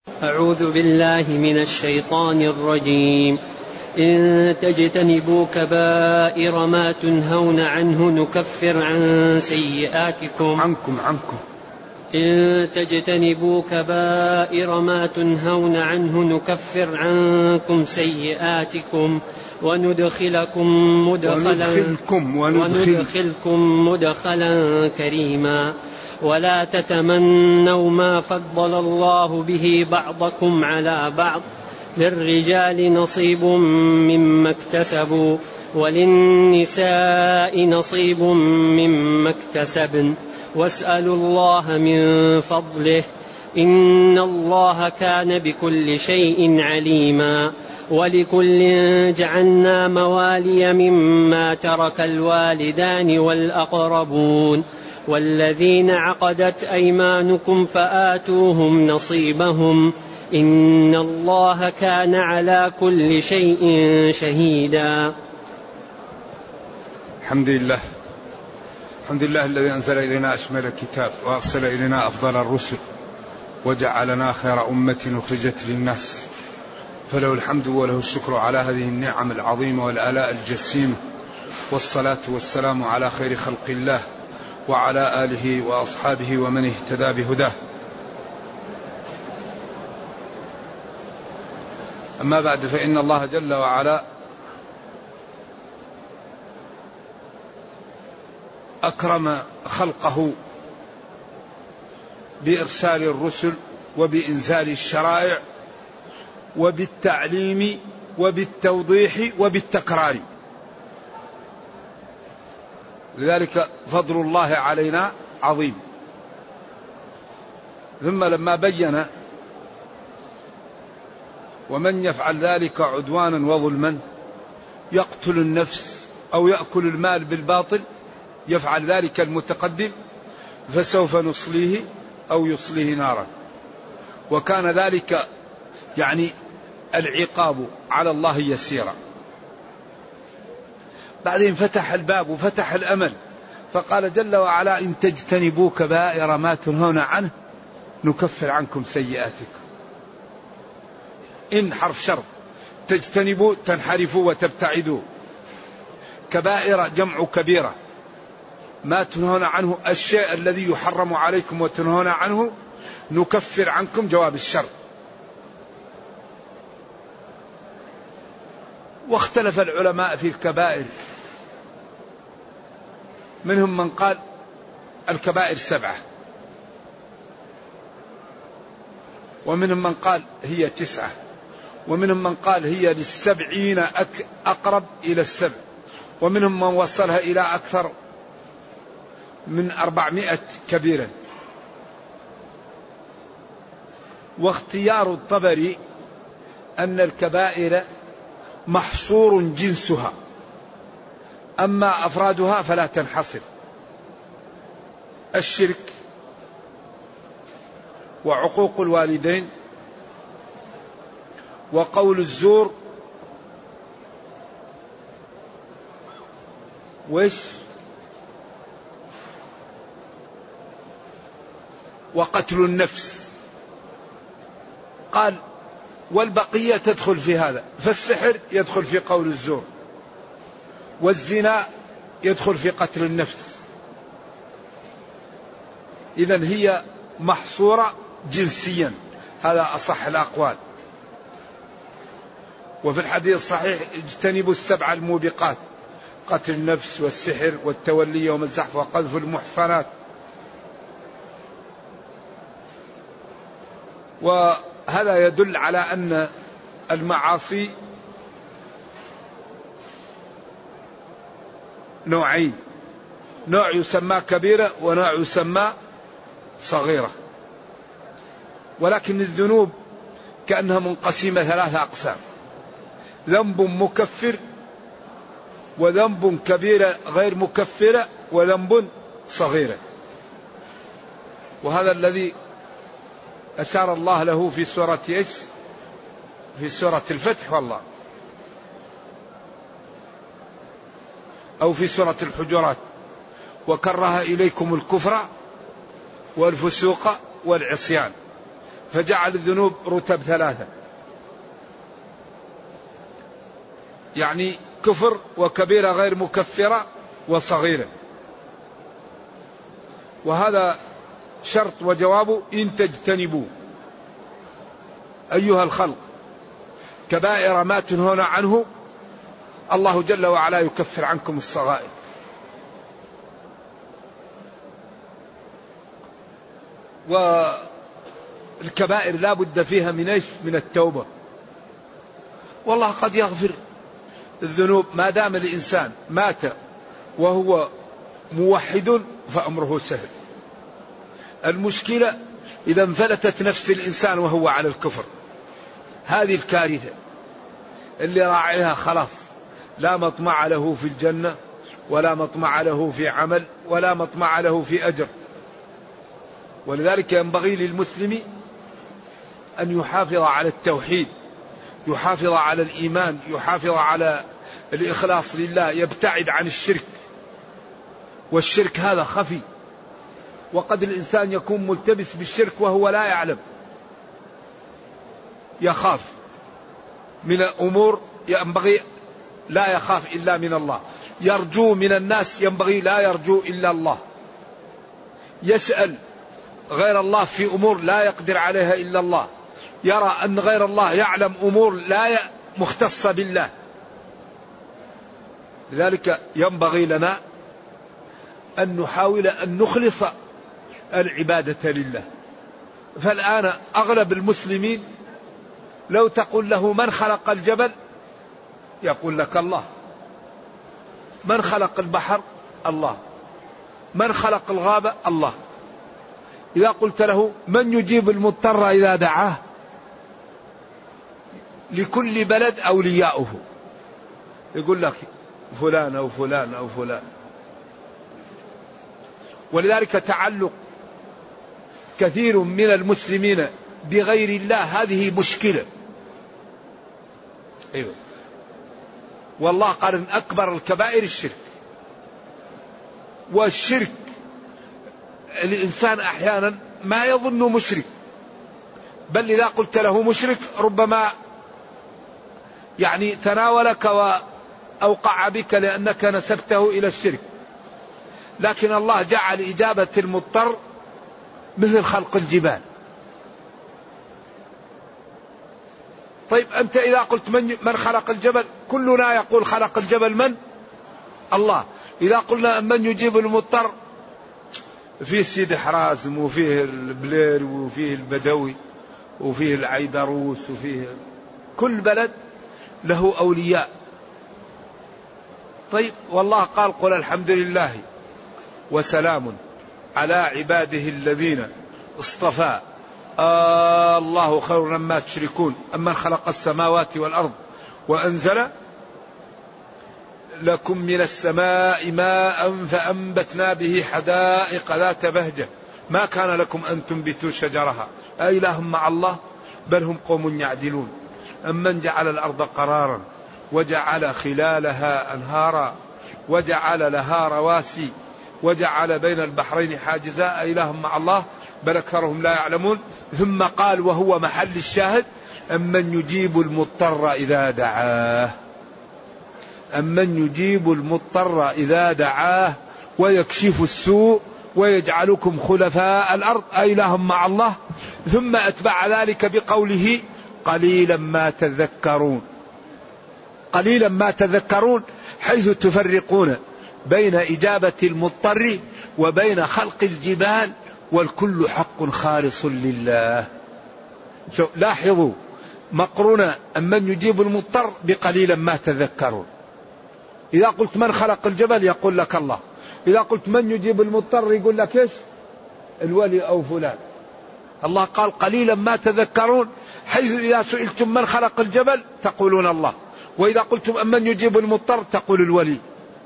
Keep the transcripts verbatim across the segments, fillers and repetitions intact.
أعوذ بالله من الشيطان الرجيم. إن تجتنبوا كبائر ما تنهون عنه نكفر عن سيئاتكم عنكم عنكم إن تجتنبوا كبائر ما تنهون عنه نكفر عنكم سيئاتكم وندخلكم مدخلا, وندخلكم, وندخلكم مدخلا كريما. ولا تتمنوا ما فضل الله به بعضكم على بعض للرجال نصيب مما اكتسبوا وللنساء نصيب مما اكتسبن واسألوا الله من فضله إن الله كان بكل شيء عليما. ولكل جعلنا موالي مما ترك الوالدان والأقربون والذين عقدت أيمانكم فآتوهم نصيبهم إن الله كان على كل شيء شهيدا. الحمد لله الحمد لله الذي أنزل إلينا أشمل الكتاب وأرسل إلينا أفضل الرسل وجعلنا خير أمة أخرجت للناس، فله الحمد وله الشكر على هذه النعم العظيمة والآلاء الجسيمة، والصلاة والسلام على خير خلق الله وعلى آله وأصحابه ومن اهتدى بهداه. أما بعد، فإن الله جل وعلا أكرم خلقه بإرسال الرسل وبإنزال الشرائع وبالتعليم وبالتوضيح وبالتكرار، لذلك فضل الله علينا عظيم. ثم لما بين ومن يفعل ذلك عدوانا وظلما يقتل النفس أو يأكل المال بالباطل يفعل ذلك المتقدم فسوف نصليه أو يصليه نارا، وكان ذلك يعني العقاب على الله يسيرا. بعدين فتح الباب وفتح الأمل فقال جل وعلا إن تجتنبوا كبائر ما تنهون عنه نكفر عنكم سيئاتكم. إن حرف شرط، تجتنبوا تنحرفوا وتبتعدوا، كبائر جمع كبيرة، ما تنهون عنه الشيء الذي يحرم عليكم وتنهون عنه نكفر عنكم جواب الشرط. واختلف العلماء في الكبائر، منهم من قال الكبائر سبعة، ومنهم من قال هي تسعة، ومنهم من قال هي للسبعين أقرب إلى السبع، ومنهم من وصلها إلى أكثر من أربعمائة كبيرة. واختيار الطبري أن الكبائر محصور جنسها، أما أفرادها فلا تنحصر. الشرك وعقوق الوالدين وقول الزور وش وقتل النفس. قال والبقية تدخل في هذا، فالسحر يدخل في قول الزور، والزنا يدخل في قتل النفس. إذن هي محصورة جنسيا، هذا أصح الأقوال. وفي الحديث الصحيح اجتنبوا السبع الموبقات، قتل النفس والسحر والتولي يوم الزحف وقذف المحصنات. وهذا يدل على أن المعاصي نوعين، نوع يسمى كبيرة ونوع يسمى صغيرة، ولكن الذنوب كأنها منقسمة ثلاثة أقسام: ذنب مكفر، وذنب كبيرة غير مكفرة، وذنب صغيرة. وهذا الذي أشار الله له في سورة إيش؟ في سورة الفتح والله، أو في سورة الحجرات: وكره إليكم الكفر والفسوق والعصيان. فجعل الذنوب رتب ثلاثة، يعني كفر وكبيرة غير مكفرة وصغيرة. وهذا شرط وجوابه إن تجتنبوا أيها الخلق كبائر ما تنهون عنه الله جل وعلا يكفر عنكم الصغائر. والكبائر لا بد فيها من ايش؟ من التوبة. والله قد يغفر الذنوب ما دام الإنسان مات وهو موحد فأمره سهل. المشكلة إذا انفلتت نفس الإنسان وهو على الكفر، هذه الكارثة اللي راعيها خلاص لا مطمع له في الجنة ولا مطمع له في عمل ولا مطمع له في أجر. ولذلك ينبغي للمسلم أن يحافظ على التوحيد، يحافظ على الإيمان، يحافظ على الإخلاص لله، يبتعد عن الشرك. والشرك هذا خفي، وقد الإنسان يكون ملتبس بالشرك وهو لا يعلم، يخاف من أمور ينبغي لا يخاف إلا من الله، يرجو من الناس ينبغي لا يرجو إلا الله، يسأل غير الله في أمور لا يقدر عليها إلا الله، يرى أن غير الله يعلم أمور لا مختصة بالله. لذلك ينبغي لنا أن نحاول أن نخلص العبادة لله. فالآن أغلب المسلمين لو تقول له من خلق الجبل يقول لك الله، من خلق البحر الله، من خلق الغابة الله. إذا قلت له من يجيب المضطر إذا دعاه، لكل بلد أولياؤه، يقول لك فلان أو فلان أو فلان. ولذلك تعلق كثير من المسلمين بغير الله هذه مشكلة. أيوة. والله قال إن أكبر الكبائر الشرك. والشرك الإنسان أحيانا ما يظن مشرك، بل إذا قلت له مشرك ربما يعني تناولك وأوقع بك لأنك نسبته إلى الشرك. لكن الله جعل إجابة المضطر مثل خلق الجبال. طيب أنت إذا قلت من, من خلق الجبل، كلنا يقول خلق الجبل من؟ الله. إذا قلنا من يجيب المضطر، فيه سيد حرازم وفيه البلير وفيه البدوي وفيه العيدروس وفيه كل بلد له أولياء. طيب والله قال قل الحمد لله وسلام على عباده الذين اصطفى آه الله خير مما تشركون أمن خلق السماوات والأرض وأنزل لكم من السماء ماء فأنبتنا به حدائق ذات بهجة ما كان لكم أن تنبتوا شجرها أإله مع الله بل هم قوم يعدلون أمن جعل الأرض قرارا وجعل خلالها أنهارا وجعل لها رواسي وجعل بين البحرين حاجزا أإله مع الله بل أكثرهم لا يعلمون. ثم قال وهو محل الشاهد أمن يجيب المضطر إذا دعاه أمن يجيب المضطر إذا دعاه ويكشف السوء ويجعلكم خلفاء الأرض أإله مع الله. ثم أتبع ذلك بقوله قليلا ما تذكرون. قليلا ما تذكرون حيث تفرقون بين إجابة المضطر وبين خلق الجبال والكل حق خالص لله. لاحظوا مقرونة أمن يجيب المضطر بقليلا ما تذكرون. إذا قلت من خلق الجبل يقول لك الله، إذا قلت من يجيب المضطر يقول لك إيش؟ الولي أو فلان. الله قال قليلا ما تذكرون حيث إذا سئلتم من خلق الجبل تقولون الله، وإذا قلتم من يجيب المضطر تقول الولي.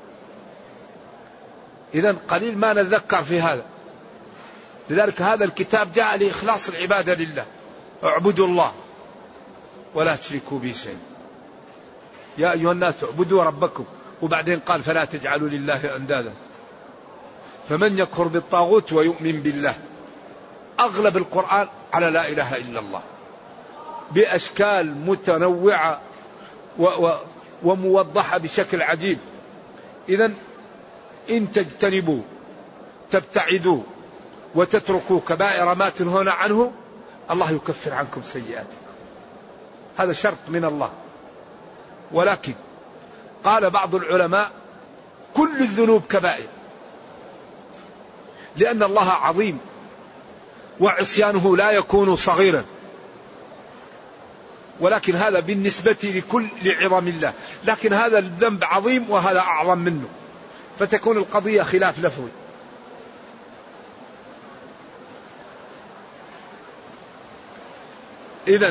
إذن قليل ما نتذكر في هذا. لذلك هذا الكتاب جاء لإخلاص العبادة لله. اعبدوا الله ولا تشركوا به شيء. يا أيها الناس اعبدوا ربكم، وبعدين قال فلا تجعلوا لله أندادا. فمن يكفر بالطاغوت ويؤمن بالله أغلب القرآن على لا إله إلا الله بأشكال متنوعة وموضحة بشكل عجيب. إذن إن تجتنبوا تبتعدوا وتتركوا كبائر ما تنهون عنه الله يكفر عنكم سيئاتكم. هذا شرط من الله. ولكن قال بعض العلماء كل الذنوب كبائر، لأن الله عظيم وعصيانه لا يكون صغيرا، ولكن هذا بالنسبة لكل لعظم الله، لكن هذا الذنب عظيم وهذا أعظم منه، فتكون القضية خلاف لفظي. إذن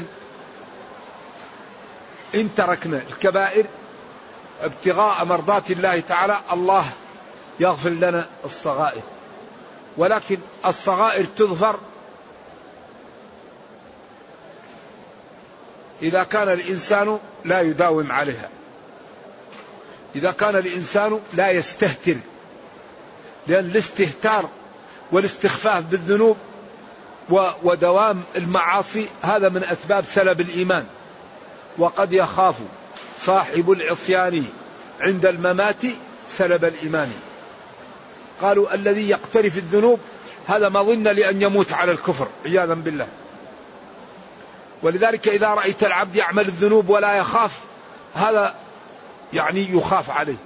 إن تركنا الكبائر ابتغاء مرضات الله تعالى الله يغفر لنا الصغائر، ولكن الصغائر تغفر إذا كان الإنسان لا يداوم عليها، إذا كان الإنسان لا يستهتر، لأن الاستهتار والاستخفاف بالذنوب ودوام المعاصي هذا من أسباب سلب الإيمان. وقد يخاف صاحب العصيان عند الممات سلب الإيمان. قالوا الذي يقترف الذنوب هذا مظن لأن يموت على الكفر عياذا بالله. ولذلك إذا رأيت العبد يعمل الذنوب ولا يخاف هذا يعني يخاف عليه.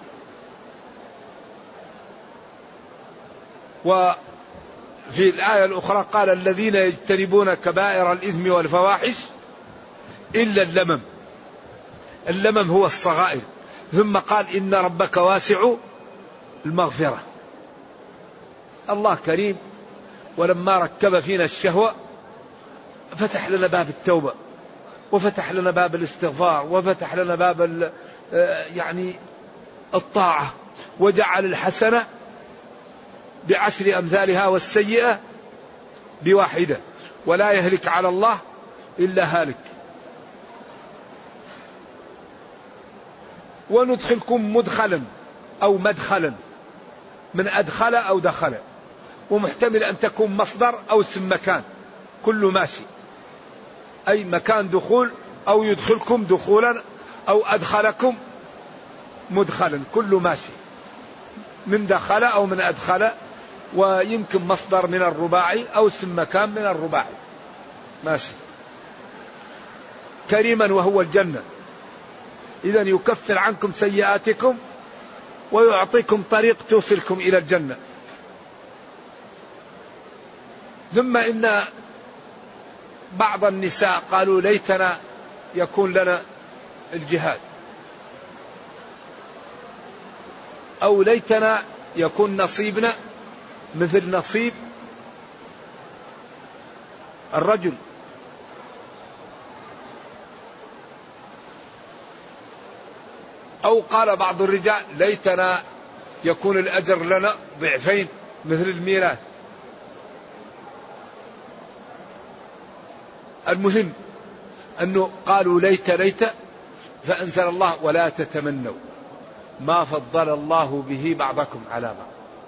وفي الآية الأخرى قال الذين يجتنبون كبائر الإثم والفواحش إلا اللمم. اللمم هو الصغائر. ثم قال إن ربك واسع المغفرة. الله كريم، ولما ركب فينا الشهوة فتح لنا باب التوبة وفتح لنا باب الاستغفار وفتح لنا باب يعني الطاعة، وجعل الحسنة بعشر أمثالها والسيئة بواحدة، ولا يهلك على الله إلا هالك. وندخلكم مدخلا أو مدخلا من أدخل أو دخل، ومحتمل أن تكون مصدر أو اسم مكان، كله ماشي، أي مكان دخول أو يدخلكم دخولا أو أدخلكم مدخلا، كله ماشي، من دخل أو من أدخل، ويمكن مصدر من الرباعي أو اسم مكان من الرباعي، ماشي. كريما وهو الجنة. إذن يكفر عنكم سيئاتكم ويعطيكم طريق توصلكم إلى الجنة. ثم إن بعض النساء قالوا ليتنا يكون لنا الجهاد، أو ليتنا يكون نصيبنا مثل نصيب الرجل. أو قال بعض الرجال ليتنا يكون الأجر لنا ضعفين مثل الميراث. المهم أنه قالوا ليت ليت، فأنزل الله ولا تتمنوا ما فضل الله به بعضكم على بعض.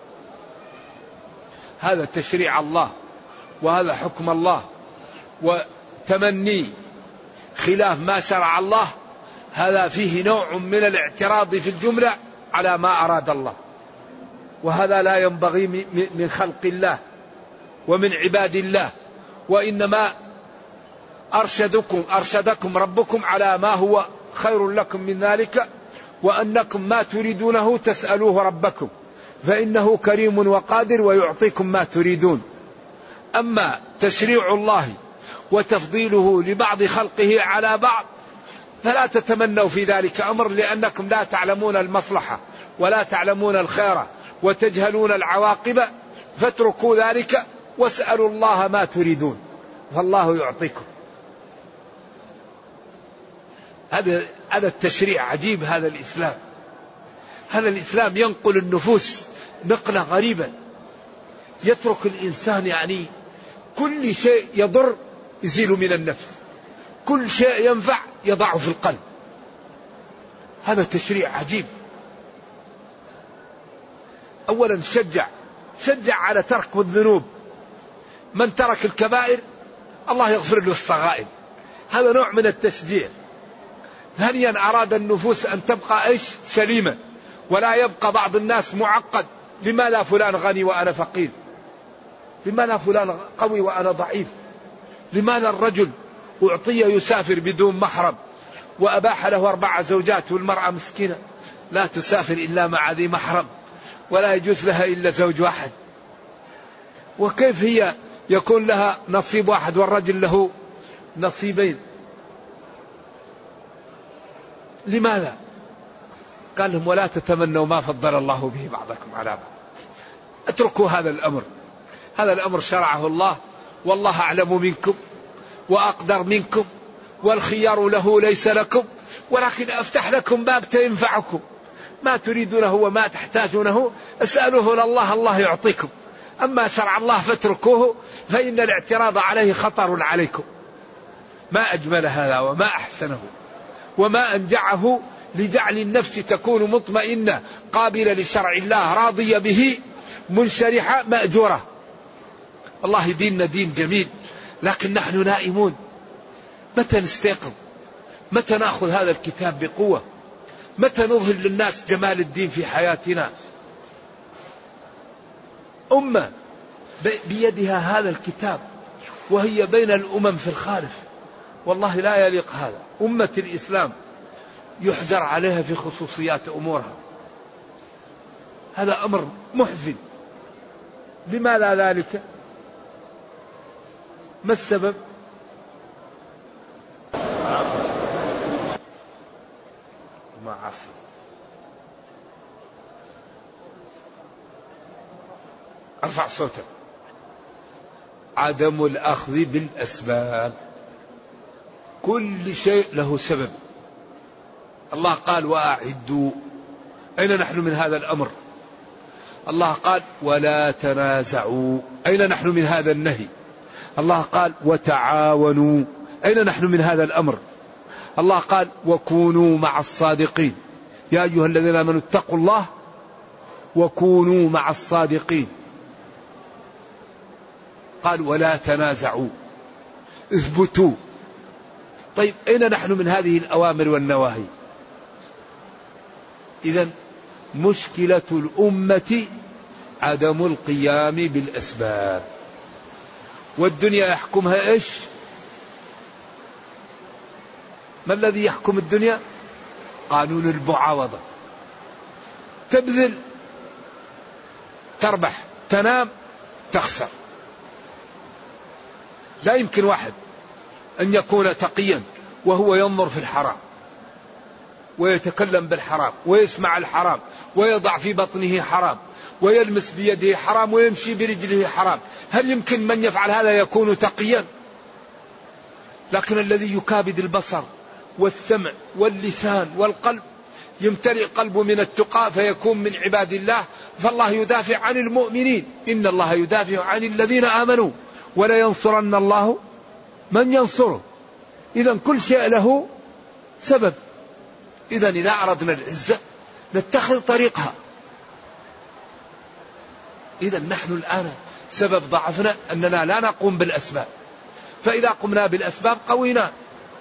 هذا تشريع الله وهذا حكم الله، وتمني خلاف ما شرع الله هذا فيه نوع من الاعتراض في الجملة على ما أراد الله، وهذا لا ينبغي من خلق الله ومن عباد الله، وإنما أرشدكم أرشدكم ربكم على ما هو خير لكم من ذلك، وأنكم ما تريدونه تسألوه ربكم فإنه كريم وقادر ويعطيكم ما تريدون. أما تشريع الله وتفضيله لبعض خلقه على بعض فلا تتمنوا في ذلك أمر، لأنكم لا تعلمون المصلحة ولا تعلمون الخير وتجهلون العواقب، فاتركوا ذلك واسألوا الله ما تريدون فالله يعطيكم. هذا هذا التشريع عجيب. هذا الإسلام هذا الإسلام ينقل النفوس نقلة غريبة. يترك الإنسان يعني كل شيء يضر يزيل من النفس، كل شيء ينفع يضعه في القلب. هذا تشريع عجيب. أولا شجع شجع على ترك الذنوب، من ترك الكبائر الله يغفر له الصغائر. هذا نوع من التشجيع. ثانيا أراد النفوس أن تبقى إيش سليمة، ولا يبقى بعض الناس معقد. لماذا فلان غني وأنا فقير؟ لماذا فلان قوي وأنا ضعيف؟ لماذا الرجل أعطي يسافر بدون محرم وأباح له أربع زوجات والمرأة مسكينة لا تسافر إلا مع ذي محرم ولا يجوز لها إلا زوج واحد؟ وكيف هي يكون لها نصيب واحد والرجل له نصيبين؟ لماذا؟ قال لهم ولا تتمنوا ما فضل الله به بعضكم على بعض. اتركوا هذا الأمر، هذا الأمر شرعه الله، والله أعلم منكم وأقدر منكم والخيار له ليس لكم، ولكن أفتح لكم باب تنفعكم، ما تريدونه وما تحتاجونه اسألوه لله الله يعطيكم، أما شرع الله فاتركوه فإن الاعتراض عليه خطر عليكم. ما أجمل هذا وما أحسنه وما أنجعه لجعل النفس تكون مطمئنة قابلة لشرع الله راضية به منشرحة مأجورة. الله ديننا دين جميل، لكن نحن نائمون. متى نستيقظ؟ متى نأخذ هذا الكتاب بقوة؟ متى نظهر للناس جمال الدين في حياتنا؟ أمة بيدها هذا الكتاب وهي بين الأمم في الخارج، والله لا يليق هذا. أمة الإسلام يحجر عليها في خصوصيات أمورها، هذا أمر محزن. لماذا ذلك؟ ما السبب؟ ما عصر ارفع صوتك. عدم الأخذ بالأسباب. كل شيء له سبب. الله قال وأعدوا. أين نحن من هذا الأمر؟ الله قال ولا تنازعوا. أين نحن من هذا النهي؟ الله قال وتعاونوا. أين نحن من هذا الأمر؟ الله قال وكونوا مع الصادقين. يا أيها الذين آمنوا اتقوا الله وكونوا مع الصادقين. قال ولا تنازعوا اثبتوا. طيب أين نحن من هذه الأوامر والنواهي؟ إذن مشكلة الأمة عدم القيام بالأسباب، والدنيا يحكمها إيش؟ ما الذي يحكم الدنيا؟ قانون المعاوضة. تبذل تربح، تنام تخسر. لا يمكن واحد أن يكون تقيا وهو ينظر في الحرام ويتكلم بالحرام ويسمع الحرام ويضع في بطنه حرام ويلمس بيده حرام ويمشي برجله حرام. هل يمكن من يفعل هذا يكون تقيا؟ لكن الذي يكابد البصر والسمع واللسان والقلب يمتلئ قلبه من التقى فيكون من عباد الله. فالله يدافع عن المؤمنين، إن الله يدافع عن الذين آمنوا ولا ينصرن الله من ينصره. إذا كل شيء له سبب. إذا إذا أردنا العزة نتخذ طريقها. إذا نحن الآن سبب ضعفنا أننا لا نقوم بالأسباب، فإذا قمنا بالأسباب قوينا.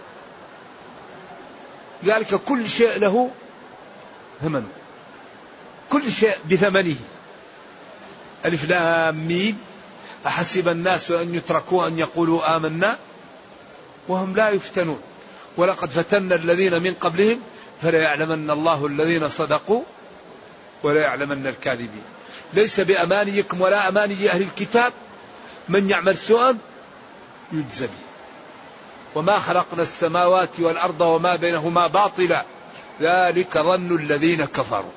ذلك كل شيء له ثمن، كل شيء بثمنه. ألف لام ميم أحسب الناس أن يتركوا أن يقولوا آمنا وهم لا يفتنون ولقد فتنا الذين من قبلهم فلا يعلمن الله الذين صدقوا ولا يعلمن الكاذبين. ليس بأمانيكم ولا أماني أهل الكتاب من يعمل سوءا يجزى به وما خلقنا السماوات والأرض وما بينهما باطلا ذلك ظن الذين كفروا.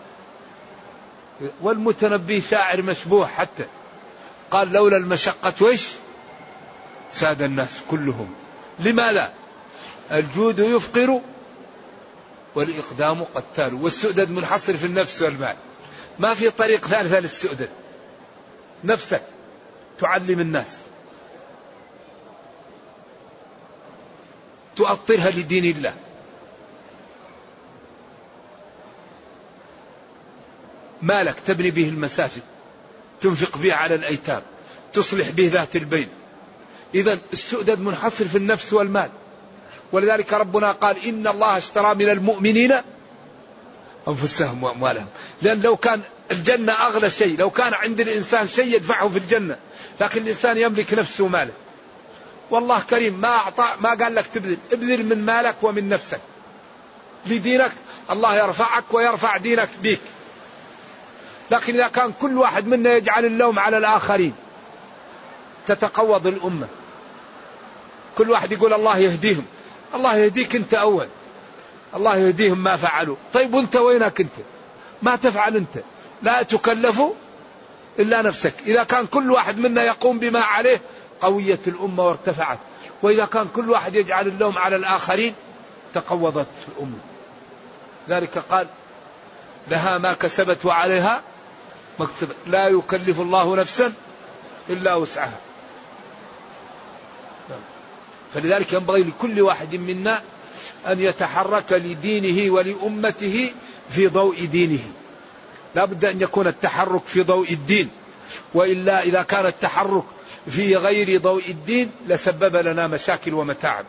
والمتنبي شاعر مشبوه حتى قال لولا المشقة ويش ساد الناس كلهم. لماذا؟ الجود يفقر والإقدام قتال، والسؤدد منحصر في النفس والمال، ما في طريق ثالثة للسؤدد. نفسك تعلم الناس، تؤطرها لدين الله، مالك تبني به المساجد، تنفق به على الأيتام، تصلح به ذات البين. إذن السؤدد منحصر في النفس والمال، ولذلك ربنا قال إن الله اشترى من المؤمنين أنفسهم وأموالهم. لأن لو كان الجنة أغلى شيء، لو كان عند الإنسان شيء يدفعه في الجنة، لكن الإنسان يملك نفسه وماله. والله كريم ما أعطى، ما قال لك تبذل، ابذل من مالك ومن نفسك لدينك، الله يرفعك ويرفع دينك بك. لكن إذا كان كل واحد منا يجعل اللوم على الآخرين تتقوض الأمة. كل واحد يقول الله يهديهم، الله يهديك أنت أول، الله يهديهم ما فعلوا. طيب وانت وينك انت؟ ما تفعل انت، لا تكلف إلا نفسك. إذا كان كل واحد منا يقوم بما عليه قوية الأمة وارتفعت، وإذا كان كل واحد يجعل اللوم على الآخرين تقوضت الأمة. ذلك قال لها ما كسبت وعليها ما اكتسبت، لا يكلف الله نفسا إلا وسعها. فلذلك ينبغي لكل واحد منا أن يتحرك لدينه ولأمته في ضوء دينه. لا بد أن يكون التحرك في ضوء الدين، وإلا إذا كان التحرك في غير ضوء الدين لسبب لنا مشاكل ومتاعب.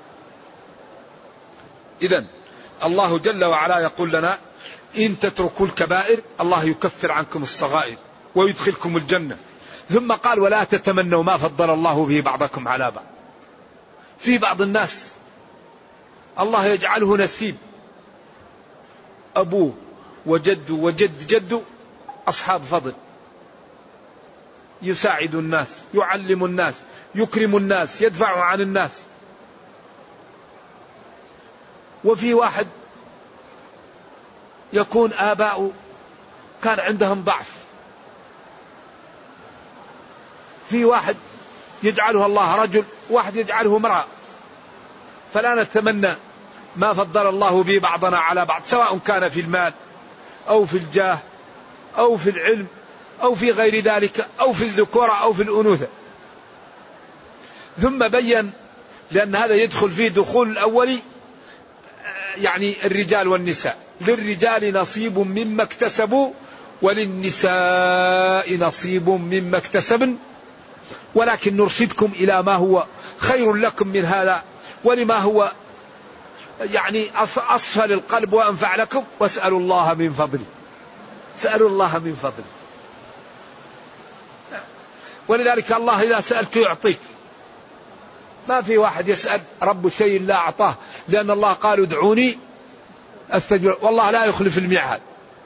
إذن الله جل وعلا يقول لنا إن تتركوا الكبائر الله يكفر عنكم الصغائر ويدخلكم الجنة. ثم قال ولا تتمنوا ما فضل الله به بعضكم على بعض. في بعض الناس الله يجعله نسيب، أبوه وجده وجد جده أصحاب فضل، يساعد الناس، يعلم الناس، يكرم الناس، يدفع عن الناس. وفي واحد يكون آباؤه كان عندهم ضعف، في واحد يجعله الله رجل، واحد يجعله امرأة. فلا نتمنى ما فضل الله به بعضنا على بعض، سواء كان في المال أو في الجاه أو في العلم أو في غير ذلك أو في الذكورة أو في الأنوثة. ثم بين لأن هذا يدخل فيه دخول الأولي، يعني الرجال والنساء، للرجال نصيب مما اكتسبوا وللنساء نصيب مما اكتسبن، ولكن نرشدكم إلى ما هو خير لكم من هذا ولما هو يعني أصفى للقلب وأنفع لكم، واسألوا الله من فضله. سألوا الله من فضله. ولذلك الله إذا سألت يعطيك. ما في واحد يسأل رب شيء لا أعطاه، لأن الله قال ادعوني أستجب. والله لا يخلف الميعاد.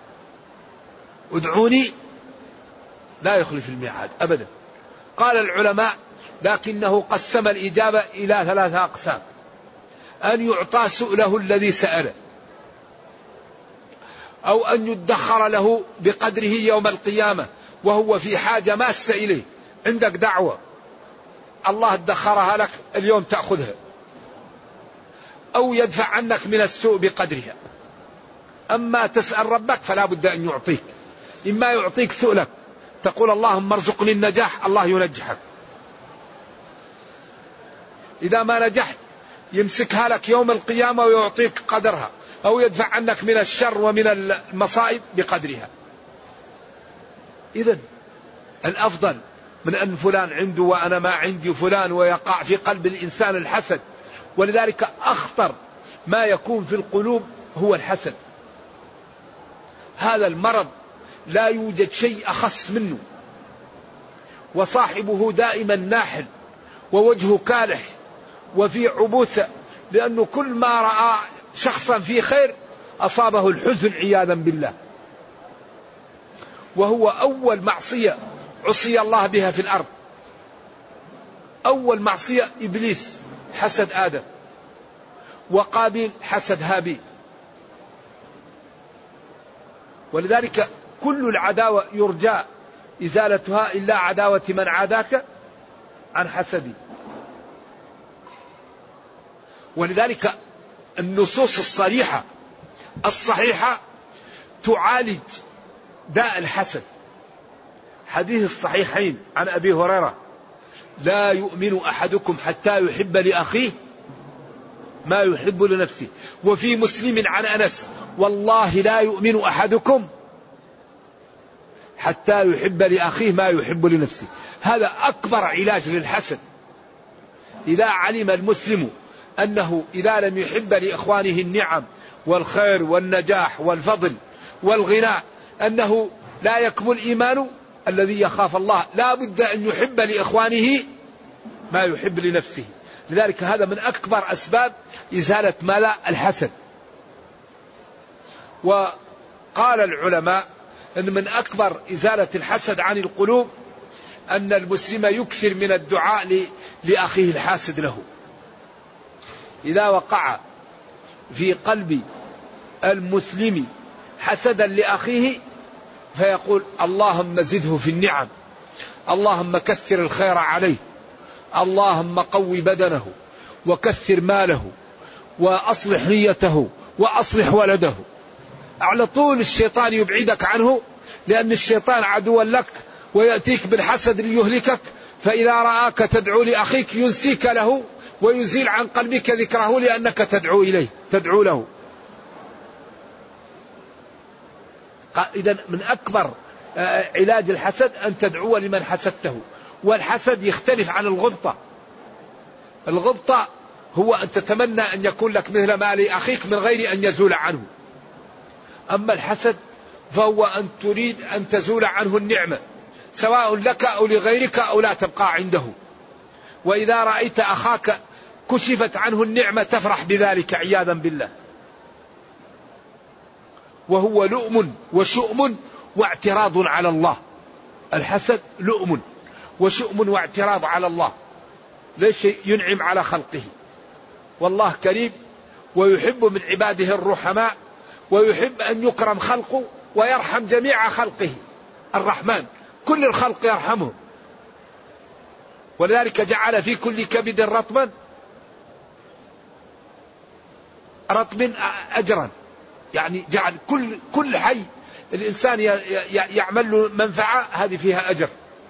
ادعوني لا يخلف الميعاد أبدا. قال العلماء لكنه قسم الإجابة إلى ثلاثة أقسام: أن يعطى سؤله الذي سأله، أو أن يدخر له بقدره يوم القيامة وهو في حاجة ماسة إليه. عندك دعوة الله ادخرها لك اليوم تأخذها، أو يدفع عنك من السوء بقدرها. أما تسأل ربك فلا بد أن يعطيك، إما يعطيك سؤلك تقول اللهم ارزقني النجاح، الله ينجحك. إذا ما نجحت يمسكها لك يوم القيامة ويعطيك قدرها، أو يدفع عنك من الشر ومن المصائب بقدرها. إذن الأفضل من أن فلان عنده وأنا ما عندي فلان، ويقع في قلب الإنسان الحسد. ولذلك أخطر ما يكون في القلوب هو الحسد. هذا المرض لا يوجد شيء أخص منه، وصاحبه دائما ناحل ووجهه كالح وفي عبوسة، لأنه كل ما رأى شخصا في خير أصابه الحزن عياذا بالله. وهو أول معصية عصي الله بها في الأرض. أول معصية إبليس حسد آدم، وقابيل حسد هابيل. ولذلك كل العداوة يرجى إزالتها إلا عداوة من عاداك عن حسدي. ولذلك النصوص الصريحة الصحيحة تعالج داء الحسد. حديث الصحيحين عن أبي هريرة: لا يؤمن أحدكم حتى يحب لأخيه ما يحب لنفسه. وفي مسلم عن أنس: والله لا يؤمن أحدكم حتى يحب لأخيه ما يحب لنفسه. هذا أكبر علاج للحسد. إذا علم المسلم أنه إذا لم يحب لإخوانه النعم والخير والنجاح والفضل والغناء أنه لا يكمل إيمانه، الذي يخاف الله لا بد أن يحب لإخوانه ما يحب لنفسه. لذلك هذا من أكبر أسباب إزالة ماذا؟ الحسد. وقال العلماء أن من أكبر إزالة الحسد عن القلوب أن المسلم يكثر من الدعاء لأخيه الحاسد له. إذا وقع في قلب المسلم حسدا لأخيه فيقول اللهم زده في النعم، اللهم كثر الخير عليه، اللهم قوي بدنه وكثر ماله وأصلح نيته وأصلح ولده. على طول الشيطان يبعدك عنه، لأن الشيطان عدو لك ويأتيك بالحسد ليهلكك. فإذا رآك تدعو لأخيك ينسيك له ويزيل عن قلبك ذكره لأنك تدعو إليه تدعو له. إذن من أكبر علاج الحسد أن تدعو لمن حسدته. والحسد يختلف عن الغبطة. الغبطة هو أن تتمنى أن يكون لك مثل ما لأخيك من غير أن يزول عنه. أما الحسد فهو أن تريد أن تزول عنه النعمة سواء لك أو لغيرك أو لا تبقى عنده. وإذا رأيت أخاك كشفت عنه النعمة تفرح بذلك عياذا بالله. وهو لؤم وشؤم واعتراض على الله. الحسد لؤم وشؤم واعتراض على الله. ليش ينعم على خلقه، والله كريم ويحب من عباده الرحماء ويحب أن يكرم خلقه ويرحم جميع خلقه. الرحمن كل الخلق يرحمه، ولذلك جعل في كل كبد رطبا رطب أجرا، يعني جعل كل كل حي الإنسان يعمل له منفعة هذه فيها أجر.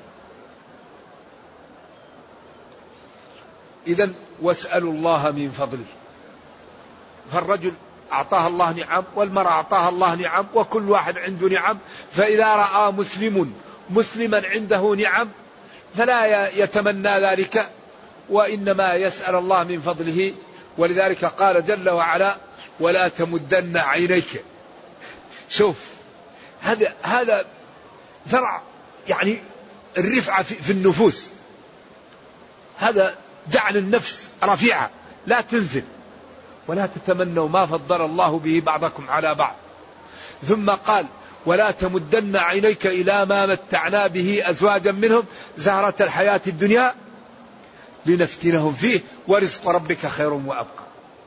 إذن واسألوا الله من فضله. فالرجل أعطاه الله نعم والمرأة أعطاها الله نعم وكل واحد عنده نعم. فإذا رأى مسلم مسلما عنده نعم فلا يتمنى ذلك وإنما يسأل الله من فضله. ولذلك قال جل وعلا ولا تمدن عينيك. شوف هذا هذا زرع يعني الرفعة في النفوس. هذا جعل النفس رفيعة لا تنزل. ولا تتمنوا ما فضل الله به بعضكم على بعض. ثم قال ولا تمدن عينيك إلى ما متعنا به أزواجا منهم زهرة الحياة الدنيا لنفتنهم فيه ورزق ربك خير وأبقى.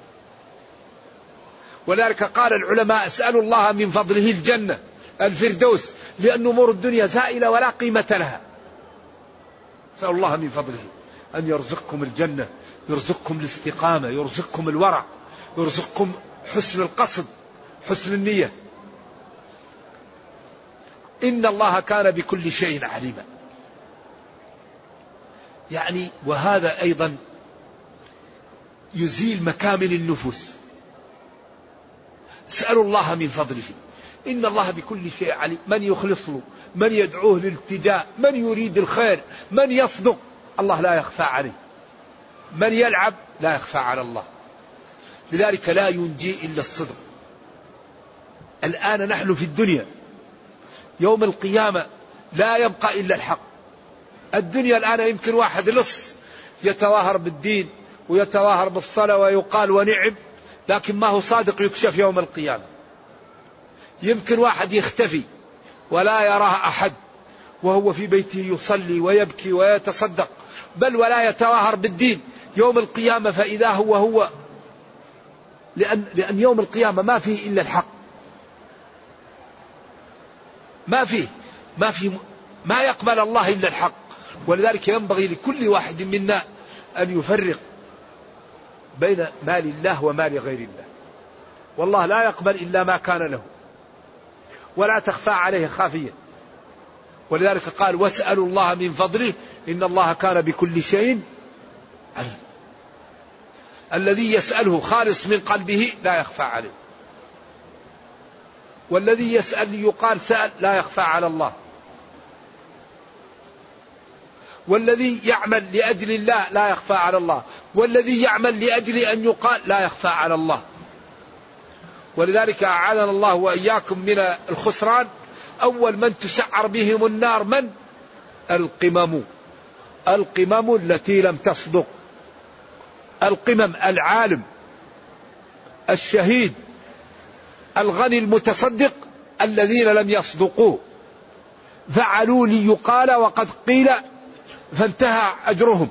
ولذلك قال العلماء اسألوا الله من فضله الجنة الفردوس، لأن أمور الدنيا زائلة ولا قيمة لها. اسألوا الله من فضله أن يرزقكم الجنة، يرزقكم الاستقامة، يرزقكم الورع، يرزقكم حسن القصد حسن النية. إن الله كان بكل شيء عليما. يعني وهذا أيضا يزيل مكامن النفوس. اسألوا الله من فضله إن الله بكل شيء عليم. من يخلص له، من يدعوه للالتجاء، من يريد الخير، من يصدق الله لا يخفى عليه، من يلعب لا يخفى على الله. لذلك لا ينجي إلا الصدق. الآن نحن في الدنيا، يوم القيامة لا يبقى إلا الحق. الدنيا الآن يمكن واحد لص يتظاهر بالدين ويتظاهر بالصلاة ويقال ونعم، لكن ما هو صادق يكشف يوم القيامة. يمكن واحد يختفي ولا يراه أحد وهو في بيته يصلي ويبكي ويتصدق بل ولا يتظاهر بالدين، يوم القيامة فإذا هو هو. لأن, لأن يوم القيامة ما فيه إلا الحق. ما فيه ما فيه ما يقبل الله إلا الحق. ولذلك ينبغي لكل واحد منا أن يفرق بين مال الله ومال غير الله. والله لا يقبل إلا ما كان له ولا تخفى عليه خافية. ولذلك قال واسألوا الله من فضله إن الله كان بكل شيء عليم. الذي يسأله خالص من قلبه لا يخفى عليه، والذي يسأل يقال سأل لا يخفى على الله. والذي يعمل لأجل الله لا يخفى على الله، والذي يعمل لأجل أن يقال لا يخفى على الله. ولذلك أعاذنا الله وإياكم من الخسران. أول من تسعر بهم النار من؟ القمم، القمم التي لم تصدق، القمم العالم الشهيد الغني المتصدق الذين لم يصدقوا، فعلوا لي يقال وقد قيل فانتهى أجرهم.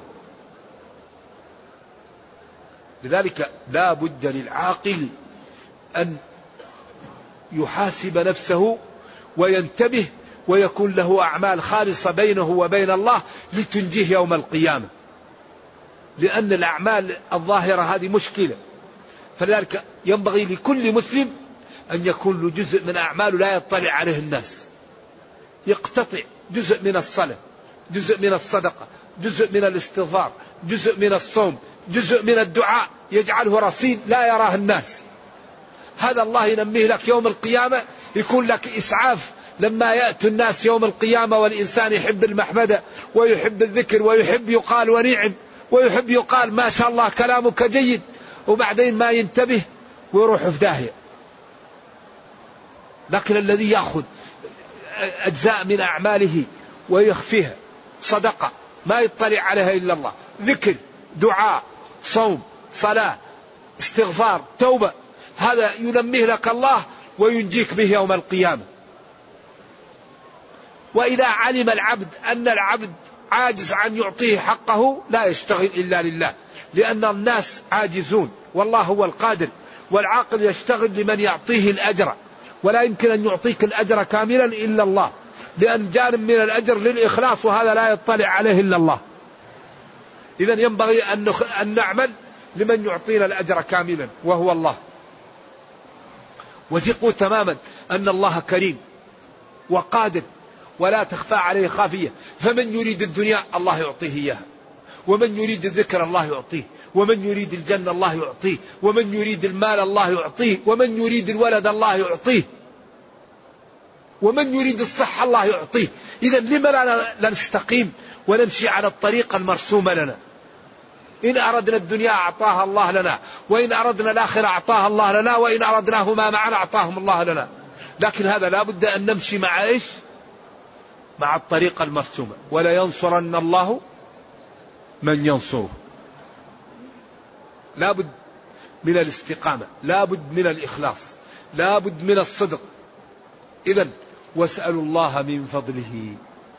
لذلك لا بد للعاقل أن يحاسب نفسه وينتبه ويكون له أعمال خالصة بينه وبين الله لتنجيه يوم القيامة، لأن الأعمال الظاهرة هذه مشكلة. فلذلك ينبغي لكل مسلم أن يكون له جزء من أعماله لا يطلع عليه الناس، يقتطع جزء من الصلاة، جزء من الصدقة، جزء من الاستغفار، جزء من الصوم، جزء من الدعاء، يجعله رصيد لا يراه الناس. هذا الله ينميه لك يوم القيامة، يكون لك إسعاف لما يأتي الناس يوم القيامة والإنسان يحب المحمدة ويحب الذكر ويحب يقال ونعم ويحب يقال ما شاء الله كلامك جيد، وبعدين ما ينتبه ويروح في داهية. لكن الذي يأخذ أجزاء من أعماله ويخفيها، صدقة ما يطلع عليها إلا الله، ذكر، دعاء، صوم، صلاة، استغفار، توبة، هذا ينميه لك الله وينجيك به يوم القيامة. وإذا علم العبد أن العبد عاجز عن يعطيه حقه لا يشتغل إلا لله، لأن الناس عاجزون والله هو القادر، والعاقل يشتغل لمن يعطيه الأجر، ولا يمكن أن يعطيك الأجر كاملا إلا الله، لأن جانب من الأجر للإخلاص وهذا لا يطلع عليه إلا الله. إذا ينبغي أن نعمل لمن يعطينا الأجر كاملا وهو الله. وثقوا تماما أن الله كريم وقادر ولا تخفى عليه خافية، فمن يريد الدنيا الله يعطيه إياها، ومن يريد الذكر الله يعطيه، ومن يريد الجنة الله يعطيه، ومن يريد المال الله يعطيه، ومن يريد الولد الله يعطيه، ومن يريد الصحة الله يعطيه. إذا لما لا نستقيم ونمشي على الطريقة المرسومة لنا؟ إن أردنا الدنيا أعطاها الله لنا، وإن أردنا الآخرة أعطاها الله لنا، وإن أردناهما معنا أعطاهم الله لنا. لكن هذا لا بد أن نمشي مع إيش؟ مع الطريقة المرسومة. ولا ينصرن الله من ينصره. لا بد من الاستقامة، لا بد من الإخلاص، لا بد من الصدق. إذن واسألوا الله من فضله.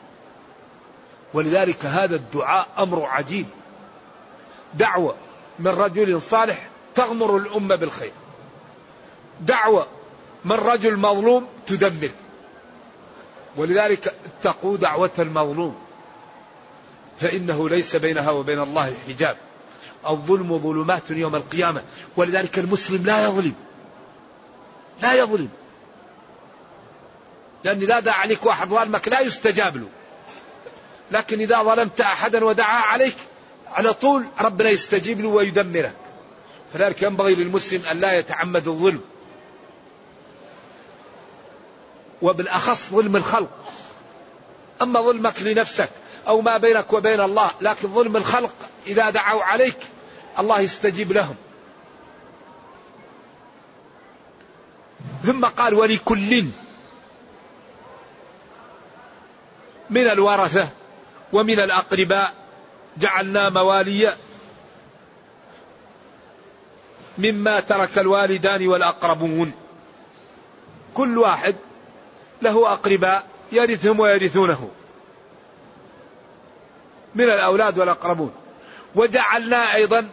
ولذلك هذا الدعاء أمر عجيب، دعوة من رجل صالح تغمر الأمة بالخير، دعوة من رجل مظلوم تدمر. ولذلك اتقوا دعوة المظلوم فإنه ليس بينها وبين الله حجاب. الظلم ظلمات يوم القيامة. ولذلك المسلم لا يظلم، لا يظلم، لأن إذا دعا عليك واحد ظالمك لا يستجاب له، لكن إذا ظلمت أحدا ودعا عليك على طول ربنا يستجيب له ويدمره. فذلك ينبغي للمسلم أن لا يتعمد الظلم، وبالأخص ظلم الخلق. أما ظلمك لنفسك أو ما بينك وبين الله، لكن ظلم الخلق إذا دعوا عليك الله يستجيب لهم. ثم قال ولكل من الورثة ومن الأقرباء جعلنا موالي مما ترك الوالدان والأقربون. كل واحد له أقرباء يرثهم ويرثونه من الأولاد والأقربون. وجعلنا أيضا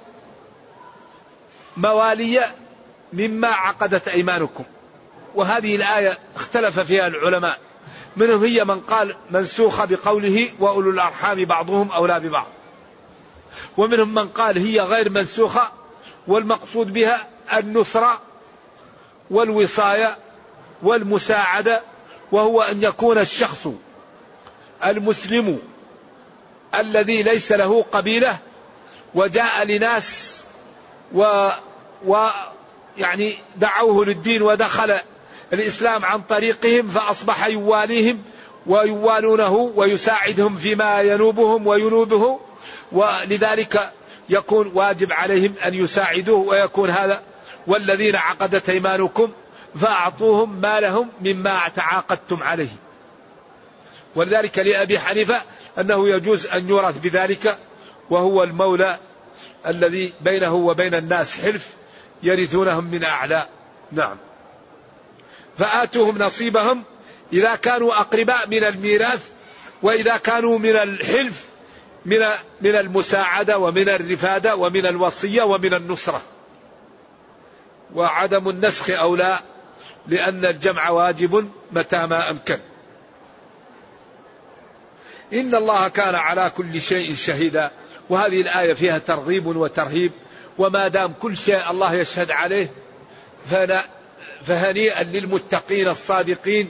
موالي مما عقدت أيمانكم. وهذه الآية اختلف فيها العلماء، منهم هي من قال منسوخة بقوله وأولو الأرحام بعضهم أولى ببعض، ومنهم من قال هي غير منسوخة والمقصود بها النصرة والوصاية والمساعدة، وهو أن يكون الشخص المسلم الذي ليس له قبيلة وجاء لناس و, و يعني دعوه للدين ودخل الإسلام عن طريقهم فأصبح يواليهم ويوالونه ويساعدهم فيما ينوبهم وينوبه، ولذلك يكون واجب عليهم أن يساعدوه ويكون هذا. والذين عقدت أيمانكم فأعطوهم ما لهم مما تعاقدتم عليه. ولذلك لأبي حنيفة أنه يجوز أن يورث بذلك، وهو المولى الذي بينه وبين الناس حلف يرثونهم من أعلى. نعم. فآتوهم نصيبهم إذا كانوا أقرباء من الميراث، وإذا كانوا من الحلف من من المساعدة ومن الرفادة ومن الوصية ومن النصرة. وعدم النسخ أولى، لأن الجمع واجب متى ما أمكن. إن الله كان على كل شيء شهيدا. وهذه الآية فيها ترغيب وترهيب، وما دام كل شيء الله يشهد عليه فهنيئا للمتقين الصادقين،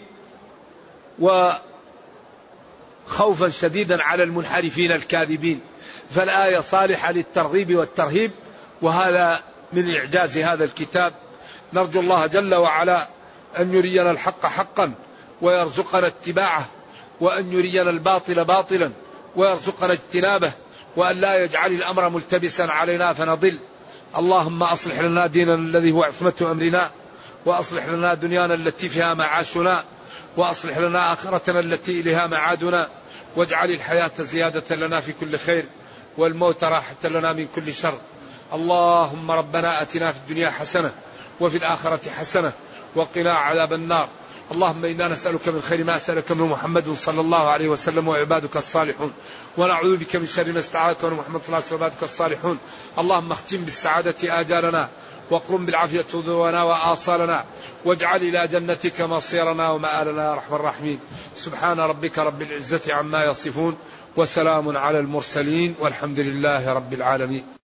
وخوفا شديدا على المنحرفين الكاذبين. فالآية صالحة للترغيب والترهيب، وهذا من إعجاز هذا الكتاب. نرجو الله جل وعلا أن يرينا الحق حقا ويرزقنا اتباعه، وأن يرينا الباطل باطلا ويرزقنا اجتنابه، وأن لا يجعل الأمر ملتبسا علينا فنضل. اللهم أصلح لنا ديننا الذي هو عصمة أمرنا، وأصلح لنا دنيانا التي فيها معاشنا، وأصلح لنا آخرتنا التي إليها معادنا، واجعل الحياة زيادة لنا في كل خير، والموت راحة لنا من كل شر. اللهم ربنا أتنا في الدنيا حسنة وفي الآخرة حسنة وقنا عذاب النار. اللهم إنا نسألك من خير ما سألك من محمد صلى الله عليه وسلم وعبادك الصالحون، ونعوذ بك من شر ما استعاذك من محمد صلى الله عليه وسلم وعبادك الصالحون. اللهم اختم بالسعادة آجالنا، واقرم بالعافية ظهورنا وآصالنا، واجعل إلى جنتك مصيرنا ومآلنا يا أرحم الراحمين. سبحان ربك رب العزة عما يصفون، وسلام على المرسلين، والحمد لله رب العالمين.